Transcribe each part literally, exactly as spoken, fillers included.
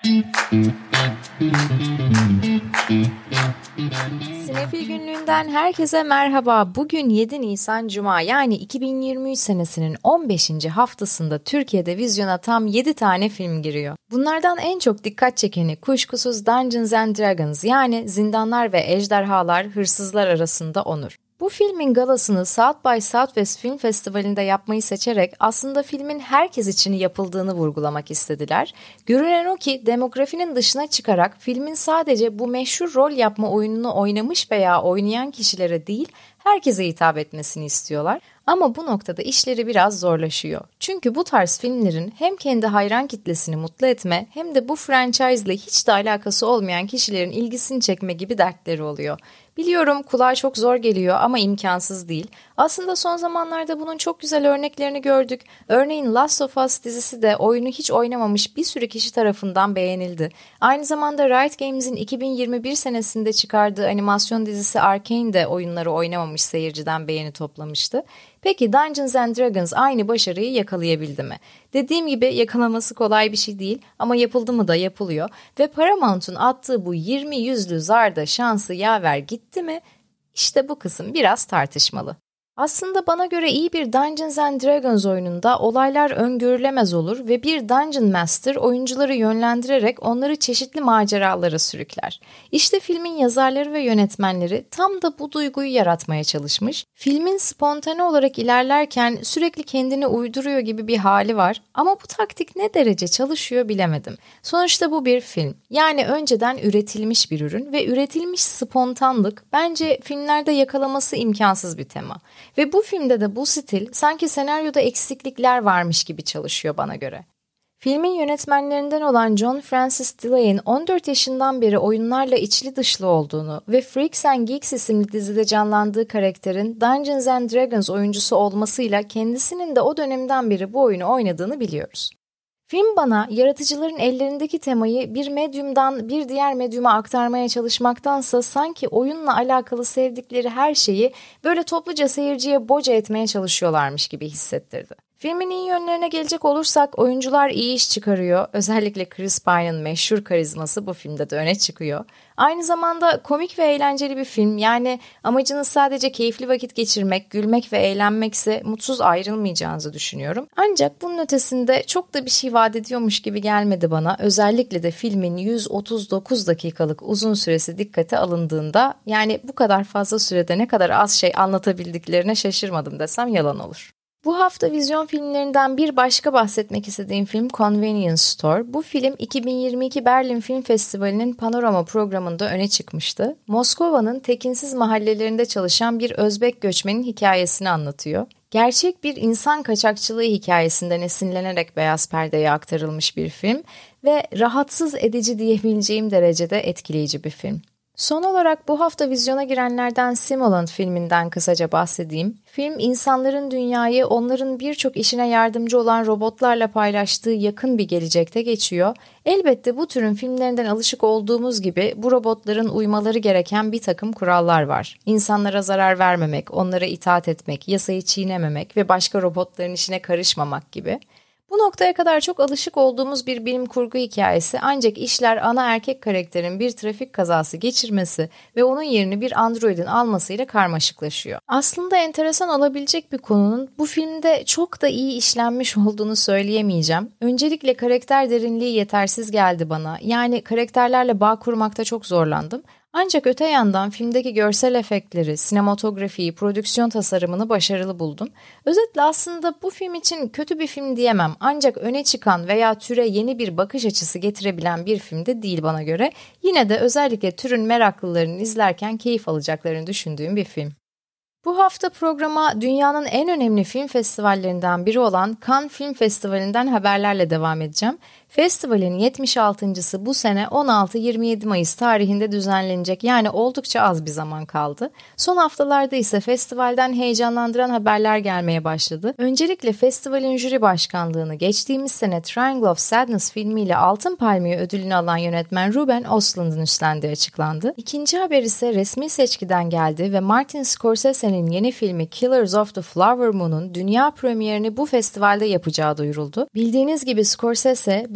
Sinefil Günlüğü'nden herkese merhaba. Bugün yedi Nisan Cuma, yani iki bin yirmi üç senesinin on beşinci haftasında Türkiye'de vizyona tam yedi tane film giriyor. Bunlardan en çok dikkat çekeni kuşkusuz Dungeons and Dragons, yani Zindanlar ve Ejderhalar Hırsızlar Arasında Onur. Bu filmin galasını South by Southwest Film Festivali'nde yapmayı seçerek aslında filmin herkes için yapıldığını vurgulamak istediler. Görünen o ki demografinin dışına çıkarak filmin sadece bu meşhur rol yapma oyununu oynamış veya oynayan kişilere değil, herkese hitap etmesini istiyorlar. Ama bu noktada işleri biraz zorlaşıyor. Çünkü bu tarz filmlerin hem kendi hayran kitlesini mutlu etme hem de bu franchise ile hiç de alakası olmayan kişilerin ilgisini çekme gibi dertleri oluyor. Biliyorum kulağa çok zor geliyor ama imkansız değil. Aslında son zamanlarda bunun çok güzel örneklerini gördük. Örneğin Last of Us dizisi de oyunu hiç oynamamış bir sürü kişi tarafından beğenildi. Aynı zamanda Riot Games'in iki bin yirmi bir senesinde çıkardığı animasyon dizisi Arcane de oyunları oynamamış seyirciden beğeni toplamıştı. Peki Dungeons and Dragons aynı başarıyı yakalayabildi mi? Dediğim gibi yakalaması kolay bir şey değil ama yapıldı mı da yapılıyor. Ve Paramount'un attığı bu yirmi yüzlü zarda şansı yaver gitti mi? İşte bu kısım biraz tartışmalı. Aslında bana göre iyi bir Dungeons and Dragons oyununda olaylar öngörülemez olur ve bir Dungeon Master oyuncuları yönlendirerek onları çeşitli maceralara sürükler. İşte filmin yazarları ve yönetmenleri tam da bu duyguyu yaratmaya çalışmış. Filmin spontane olarak ilerlerken sürekli kendini uyduruyor gibi bir hali var ama bu taktik ne derece çalışıyor bilemedim. Sonuçta bu bir film, yani önceden üretilmiş bir ürün ve üretilmiş spontanlık bence filmlerde yakalaması imkansız bir tema. Ve bu filmde de bu stil sanki senaryoda eksiklikler varmış gibi çalışıyor bana göre. Filmin yönetmenlerinden olan John Francis Delay'in on dört yaşından beri oyunlarla içli dışlı olduğunu ve Freaks and Geeks isimli dizide canlandığı karakterin Dungeons and Dragons oyuncusu olmasıyla kendisinin de o dönemden beri bu oyunu oynadığını biliyoruz. Film bana yaratıcıların ellerindeki temayı bir medyumdan bir diğer medyuma aktarmaya çalışmaktansa sanki oyunla alakalı sevdikleri her şeyi böyle topluca seyirciye boca etmeye çalışıyorlarmış gibi hissettirdi. Filmin iyi yönlerine gelecek olursak oyuncular iyi iş çıkarıyor. Özellikle Chris Pine'ın meşhur karizması bu filmde de öne çıkıyor. Aynı zamanda komik ve eğlenceli bir film. Yani amacınız sadece keyifli vakit geçirmek, gülmek ve eğlenmekse mutsuz ayrılmayacağınızı düşünüyorum. Ancak bunun ötesinde çok da bir şey vaat ediyormuş gibi gelmedi bana. Özellikle de filmin yüz otuz dokuz dakikalık uzun süresi dikkate alındığında, yani bu kadar fazla sürede ne kadar az şey anlatabildiklerine şaşırmadım desem yalan olur. Bu hafta vizyon filmlerinden bir başka bahsetmek istediğim film Convenience Store. Bu film iki bin yirmi iki Berlin Film Festivali'nin Panorama programında öne çıkmıştı. Moskova'nın tekinsiz mahallelerinde çalışan bir Özbek göçmenin hikayesini anlatıyor. Gerçek bir insan kaçakçılığı hikayesinden esinlenerek beyaz perdeye aktarılmış bir film ve rahatsız edici diyebileceğim derecede etkileyici bir film. Son olarak bu hafta vizyona girenlerden Simulant filminden kısaca bahsedeyim. Film insanların dünyayı onların birçok işine yardımcı olan robotlarla paylaştığı yakın bir gelecekte geçiyor. Elbette bu türün filmlerinden alışık olduğumuz gibi bu robotların uymaları gereken bir takım kurallar var. İnsanlara zarar vermemek, onlara itaat etmek, yasayı çiğnememek ve başka robotların işine karışmamak gibi. Bu noktaya kadar çok alışık olduğumuz bir bilim kurgu hikayesi, ancak işler ana erkek karakterin bir trafik kazası geçirmesi ve onun yerini bir androidin almasıyla karmaşıklaşıyor. Aslında enteresan olabilecek bir konunun bu filmde çok da iyi işlenmiş olduğunu söyleyemeyeceğim. Öncelikle karakter derinliği yetersiz geldi bana. Yani karakterlerle bağ kurmakta çok zorlandım. Ancak öte yandan filmdeki görsel efektleri, sinematografiyi, prodüksiyon tasarımını başarılı buldum. Özetle aslında bu film için kötü bir film diyemem, ancak öne çıkan veya türe yeni bir bakış açısı getirebilen bir film de değil bana göre. Yine de özellikle türün meraklılarının izlerken keyif alacaklarını düşündüğüm bir film. Bu hafta programa dünyanın en önemli film festivallerinden biri olan Cannes Film Festivali'nden haberlerle devam edeceğim. Festivalin yetmiş altıncısı bu sene on altı yirmi yedi Mayıs tarihinde düzenlenecek, yani oldukça az bir zaman kaldı. Son haftalarda ise festivalden heyecanlandıran haberler gelmeye başladı. Öncelikle festivalin jüri başkanlığını geçtiğimiz sene Triangle of Sadness filmiyle Altın Palmiye ödülünü alan yönetmen Ruben Östlund'un üstlendiği açıklandı. İkinci haber ise resmi seçkiden geldi ve Martin Scorsese'nin yeni filmi Killers of the Flower Moon'un dünya premierini bu festivalde yapacağı duyuruldu. Bildiğiniz gibi Scorsese bin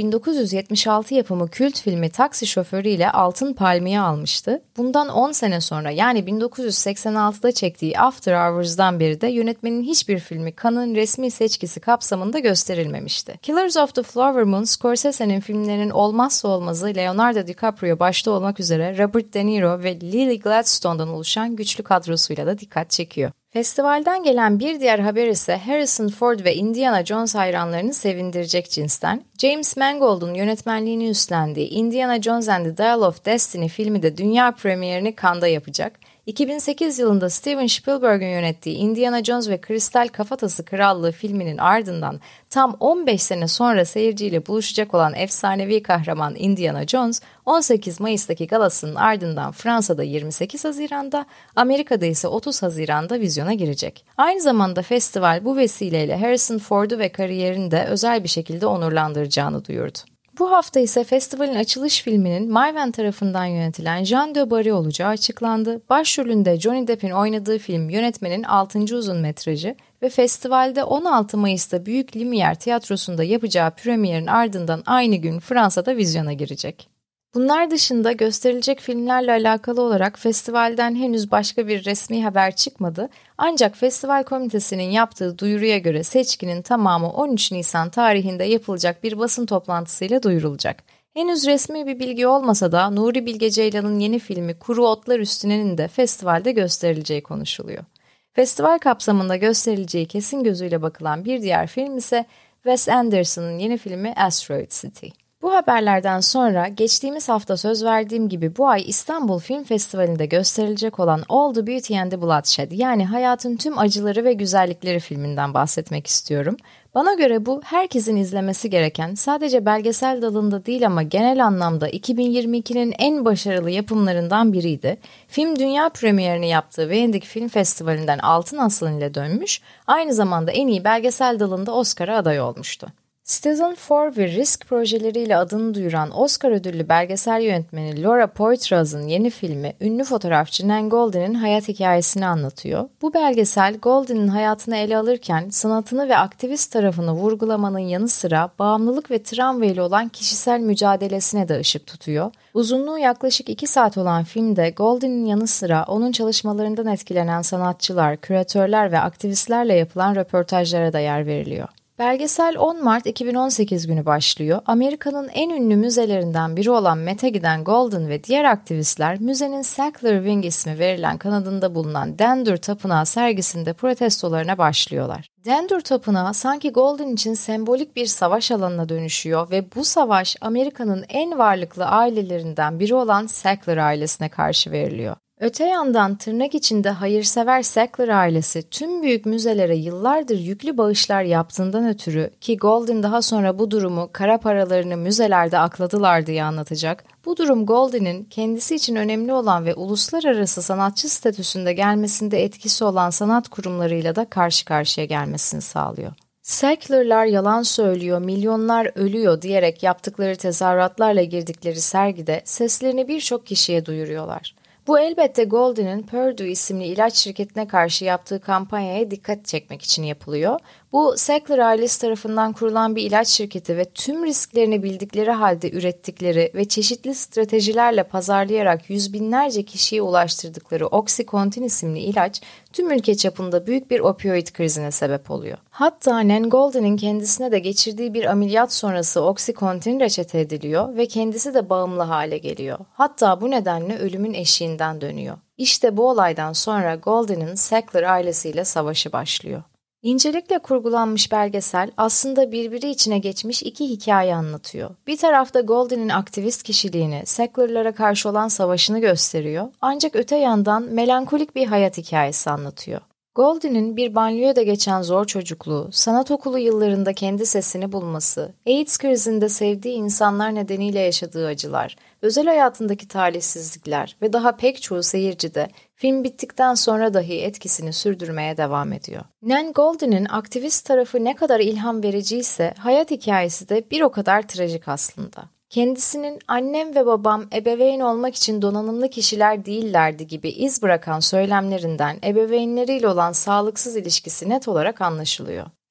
bin dokuz yüz yetmiş altı yapımı kült filmi Taksi Şoförü ile Altın Palmiye almıştı. Bundan on sene sonra yani bin dokuz yüz seksen altıda çektiği After Hours'dan beri de yönetmenin hiçbir filmi Cannes'ın resmi seçkisi kapsamında gösterilmemişti. Killers of the Flower Moon, Scorsese'nin filmlerinin olmazsa olmazı Leonardo DiCaprio başta olmak üzere Robert De Niro ve Lily Gladstone'dan oluşan güçlü kadrosuyla da dikkat çekiyor. Festivalden gelen bir diğer haber ise Harrison Ford ve Indiana Jones hayranlarını sevindirecek cinsten. James Mangold'un yönetmenliğini üstlendiği Indiana Jones and the Dial of Destiny filmi de dünya premierini Cannes'da yapacak. iki bin sekiz yılında Steven Spielberg'in yönettiği Indiana Jones ve Kristal Kafatası Krallığı filminin ardından tam on beş sene sonra seyirciyle buluşacak olan efsanevi kahraman Indiana Jones, on sekiz Mayıs'taki galasının ardından Fransa'da yirmi sekiz Haziran'da, Amerika'da ise otuz Haziran'da vizyona girecek. Aynı zamanda festival bu vesileyle Harrison Ford'u ve kariyerini de özel bir şekilde onurlandıracağını duyurdu. Bu hafta ise festivalin açılış filminin Mayven tarafından yönetilen Jean de Barry olacağı açıklandı. Başrolünde Johnny Depp'in oynadığı film yönetmenin altıncı uzun metrajı ve festivalde on altı Mayıs'ta Büyük Lumière Tiyatrosu'nda yapacağı premierin ardından aynı gün Fransa'da vizyona girecek. Bunlar dışında gösterilecek filmlerle alakalı olarak festivalden henüz başka bir resmi haber çıkmadı. Ancak festival komitesinin yaptığı duyuruya göre seçkinin tamamı on üç Nisan tarihinde yapılacak bir basın toplantısıyla duyurulacak. Henüz resmi bir bilgi olmasa da Nuri Bilge Ceylan'ın yeni filmi Kuru Otlar Üstüne'nin de festivalde gösterileceği konuşuluyor. Festival kapsamında gösterileceği kesin gözüyle bakılan bir diğer film ise Wes Anderson'ın yeni filmi Asteroid City. Bu haberlerden sonra geçtiğimiz hafta söz verdiğim gibi bu ay İstanbul Film Festivali'nde gösterilecek olan All the Beauty and the Bloodshed yani Hayatın Tüm Acıları ve Güzellikleri filminden bahsetmek istiyorum. Bana göre bu herkesin izlemesi gereken, sadece belgesel dalında değil ama genel anlamda iki bin yirmi ikinin en başarılı yapımlarından biriydi. Film dünya premierini yaptığı Venedik Film Festivali'nden Altın Aslan ile dönmüş, aynı zamanda en iyi belgesel dalında Oscar'a aday olmuştu. Citizen Four ve Risk projeleriyle adını duyuran Oscar ödüllü belgesel yönetmeni Laura Poitraz'ın yeni filmi, ünlü fotoğrafçı Nan Goldin'in hayat hikayesini anlatıyor. Bu belgesel, Goldin'in hayatını ele alırken sanatını ve aktivist tarafını vurgulamanın yanı sıra bağımlılık ve travma ile olan kişisel mücadelesine de ışık tutuyor. Uzunluğu yaklaşık iki saat olan filmde Goldin'in yanı sıra onun çalışmalarından etkilenen sanatçılar, küratörler ve aktivistlerle yapılan röportajlara da yer veriliyor. Belgesel on Mart iki bin on sekiz günü başlıyor. Amerika'nın en ünlü müzelerinden biri olan Met'e giden Goldin ve diğer aktivistler müzenin Sackler Wing ismi verilen kanadında bulunan Dendur Tapınağı sergisinde protestolarına başlıyorlar. Dendur Tapınağı sanki Goldin için sembolik bir savaş alanına dönüşüyor ve bu savaş Amerika'nın en varlıklı ailelerinden biri olan Sackler ailesine karşı veriliyor. Öte yandan tırnak içinde hayırsever Sackler ailesi tüm büyük müzelere yıllardır yüklü bağışlar yaptığından ötürü ki Goldin daha sonra bu durumu kara paralarını müzelerde akladılar diye anlatacak. Bu durum Goldin'in kendisi için önemli olan ve uluslararası sanatçı statüsünde gelmesinde etkisi olan sanat kurumlarıyla da karşı karşıya gelmesini sağlıyor. Sackler'lar yalan söylüyor, milyonlar ölüyor diyerek yaptıkları tezahüratlarla girdikleri sergide seslerini birçok kişiye duyuruyorlar. Bu elbette Goldin'in Purdue isimli ilaç şirketine karşı yaptığı kampanyaya dikkat çekmek için yapılıyor. Bu Sackler ailesi tarafından kurulan bir ilaç şirketi ve tüm risklerini bildikleri halde ürettikleri ve çeşitli stratejilerle pazarlayarak yüz binlerce kişiye ulaştırdıkları Oxycontin isimli ilaç tüm ülke çapında büyük bir opioid krizine sebep oluyor. Hatta Nan Goldin'in kendisine de geçirdiği bir ameliyat sonrası Oxycontin reçete ediliyor ve kendisi de bağımlı hale geliyor. Hatta bu nedenle ölümün eşiğinden dönüyor. İşte bu olaydan sonra Goldin'in Sackler ailesiyle savaşı başlıyor. İncelikle kurgulanmış belgesel aslında birbiri içine geçmiş iki hikaye anlatıyor. Bir tarafta Goldin'in aktivist kişiliğini, Sackler'lara karşı olan savaşını gösteriyor, ancak öte yandan melankolik bir hayat hikayesi anlatıyor. Goldin'in bir banliyöde geçen zor çocukluğu, sanat okulu yıllarında kendi sesini bulması, AIDS krizinde sevdiği insanlar nedeniyle yaşadığı acılar, özel hayatındaki talihsizlikler ve daha pek çoğu seyircide film bittikten sonra dahi etkisini sürdürmeye devam ediyor. Nan Goldin'in aktivist tarafı ne kadar ilham vericiyse hayat hikayesi de bir o kadar trajik aslında. Kendisinin annem ve babam ebeveyn olmak için donanımlı kişiler değillerdi gibi iz bırakan söylemlerinden ebeveynleriyle olan sağlıksız ilişkisi net olarak anlaşılıyor.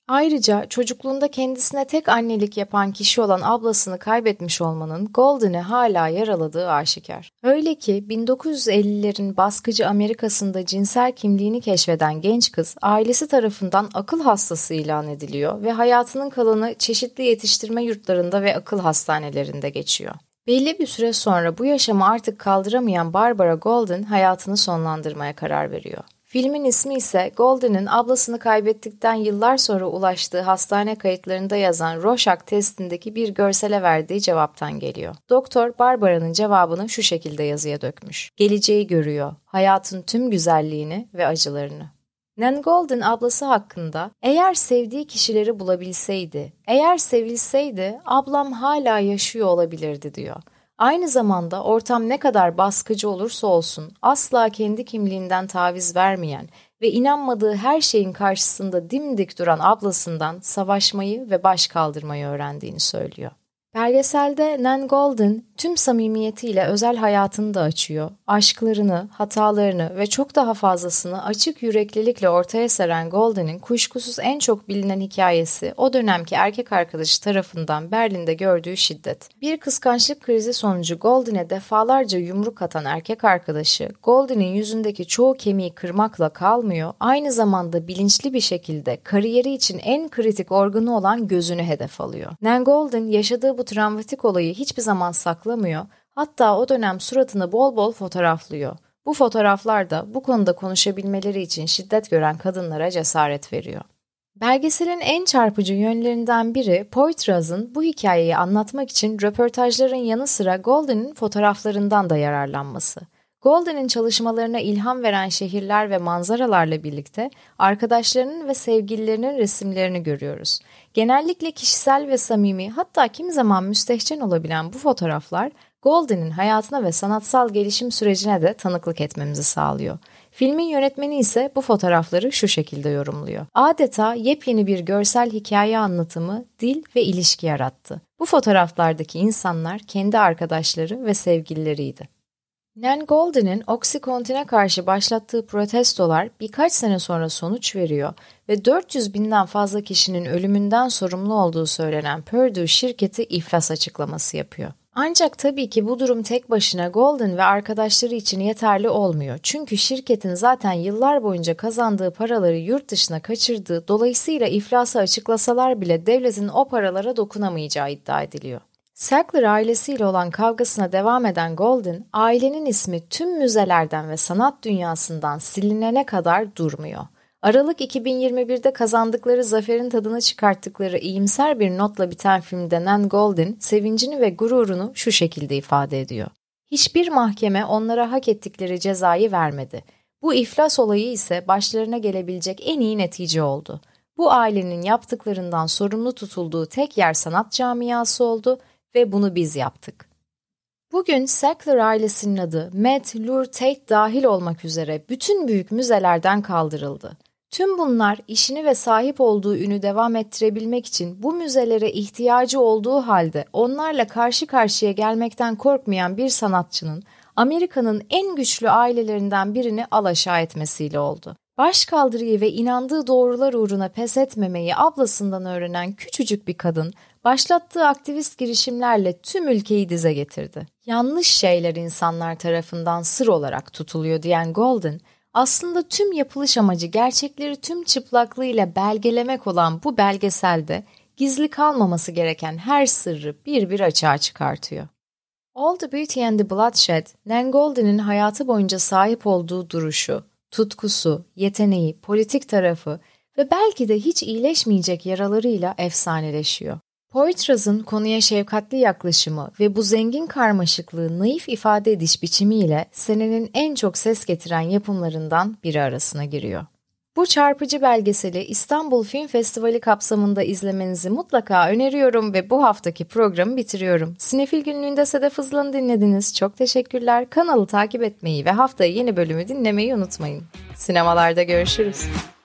Ayrıca çocukluğunda kendisine tek annelik yapan kişi olan ablasını kaybetmiş olmanın Golden'i hala yaraladığı aşikar. Öyle ki bin dokuz yüz ellilerin baskıcı Amerika'sında cinsel kimliğini keşfeden genç kız ailesi tarafından akıl hastası ilan ediliyor ve hayatının kalanı çeşitli yetiştirme yurtlarında ve akıl hastanelerinde geçiyor. Belli bir süre sonra bu yaşamı artık kaldıramayan Barbara Golden hayatını sonlandırmaya karar veriyor. Filmin ismi ise Golden'in ablasını kaybettikten yıllar sonra ulaştığı hastane kayıtlarında yazan Rorschach testindeki bir görsele verdiği cevaptan geliyor. Doktor Barbara'nın cevabını şu şekilde yazıya dökmüş. Geleceği görüyor, hayatın tüm güzelliğini ve acılarını. Nan Golden ablası hakkında, eğer sevdiği kişileri bulabilseydi, eğer sevilseydi ablam hala yaşıyor olabilirdi diyor. Aynı zamanda ortam ne kadar baskıcı olursa olsun asla kendi kimliğinden taviz vermeyen ve inanmadığı her şeyin karşısında dimdik duran ablasından savaşmayı ve baş kaldırmayı öğrendiğini söylüyor. Belgeselde Nan Golden tüm samimiyetiyle özel hayatını da açıyor. Aşklarını, hatalarını ve çok daha fazlasını açık yüreklilikle ortaya seren Golden'in kuşkusuz en çok bilinen hikayesi o dönemki erkek arkadaşı tarafından Berlin'de gördüğü şiddet. Bir kıskançlık krizi sonucu Golden'e defalarca yumruk atan erkek arkadaşı Golden'in yüzündeki çoğu kemiği kırmakla kalmıyor, aynı zamanda bilinçli bir şekilde kariyeri için en kritik organı olan gözünü hedef alıyor. Nan Golden yaşadığı bu travmatik olayı hiçbir zaman saklamıyor, hatta o dönem suratını bol bol fotoğraflıyor. Bu fotoğraflar da bu konuda konuşabilmeleri için şiddet gören kadınlara cesaret veriyor. Belgeselin en çarpıcı yönlerinden biri Poitraz'ın bu hikayeyi anlatmak için röportajların yanı sıra Golden'in fotoğraflarından da yararlanması. Golden'in çalışmalarına ilham veren şehirler ve manzaralarla birlikte arkadaşlarının ve sevgililerinin resimlerini görüyoruz. Genellikle kişisel ve samimi, hatta kimi zaman müstehcen olabilen bu fotoğraflar Golden'in hayatına ve sanatsal gelişim sürecine de tanıklık etmemizi sağlıyor. Filmin yönetmeni ise bu fotoğrafları şu şekilde yorumluyor. Adeta yepyeni bir görsel hikaye anlatımı, dil ve ilişki yarattı. Bu fotoğraflardaki insanlar kendi arkadaşları ve sevgilileriydi. Nan Golden'in Oxycontin'e karşı başlattığı protestolar birkaç sene sonra sonuç veriyor ve dört yüz binden fazla kişinin ölümünden sorumlu olduğu söylenen Purdue şirketi iflas açıklaması yapıyor. Ancak tabii ki bu durum tek başına Golden ve arkadaşları için yeterli olmuyor. Çünkü şirketin zaten yıllar boyunca kazandığı paraları yurt dışına kaçırdığı, dolayısıyla iflası açıklasalar bile devletin o paralara dokunamayacağı iddia ediliyor. Sackler ailesiyle olan kavgasına devam eden Golden, ailenin ismi tüm müzelerden ve sanat dünyasından silinene kadar durmuyor. Aralık iki bin yirmi birde kazandıkları zaferin tadını çıkarttıkları iyimser bir notla biten filmde Nan Golden, sevincini ve gururunu şu şekilde ifade ediyor. Hiçbir mahkeme onlara hak ettikleri cezayı vermedi. Bu iflas olayı ise başlarına gelebilecek en iyi netice oldu. Bu ailenin yaptıklarından sorumlu tutulduğu tek yer sanat camiası oldu ve bunu biz yaptık. Bugün Sackler ailesinin adı Met, Louvre, Tate dahil olmak üzere bütün büyük müzelerden kaldırıldı. Tüm bunlar işini ve sahip olduğu ünü devam ettirebilmek için bu müzelere ihtiyacı olduğu halde onlarla karşı karşıya gelmekten korkmayan bir sanatçının Amerika'nın en güçlü ailelerinden birini alaşağı etmesiyle oldu. Başkaldırıyı ve inandığı doğrular uğruna pes etmemeyi ablasından öğrenen küçücük bir kadın, başlattığı aktivist girişimlerle tüm ülkeyi dize getirdi. Yanlış şeyler insanlar tarafından sır olarak tutuluyor diyen Golden, aslında tüm yapılış amacı gerçekleri tüm çıplaklığıyla belgelemek olan bu belgeselde gizli kalmaması gereken her sırrı bir bir açığa çıkartıyor. All the Beauty and the Bloodshed, Nan Golden'in hayatı boyunca sahip olduğu duruşu, tutkusu, yeteneği, politik tarafı ve belki de hiç iyileşmeyecek yaralarıyla efsaneleşiyor. Poitraz'ın konuya şefkatli yaklaşımı ve bu zengin karmaşıklığı naif ifade ediş biçimiyle senenin en çok ses getiren yapımlarından biri arasına giriyor. Bu çarpıcı belgeseli İstanbul Film Festivali kapsamında izlemenizi mutlaka öneriyorum ve bu haftaki programı bitiriyorum. Sinefil Günlüğü'nde Sedef Hızlı'nı dinlediniz. Çok teşekkürler. Kanalı takip etmeyi ve haftaya yeni bölümü dinlemeyi unutmayın. Sinemalarda görüşürüz.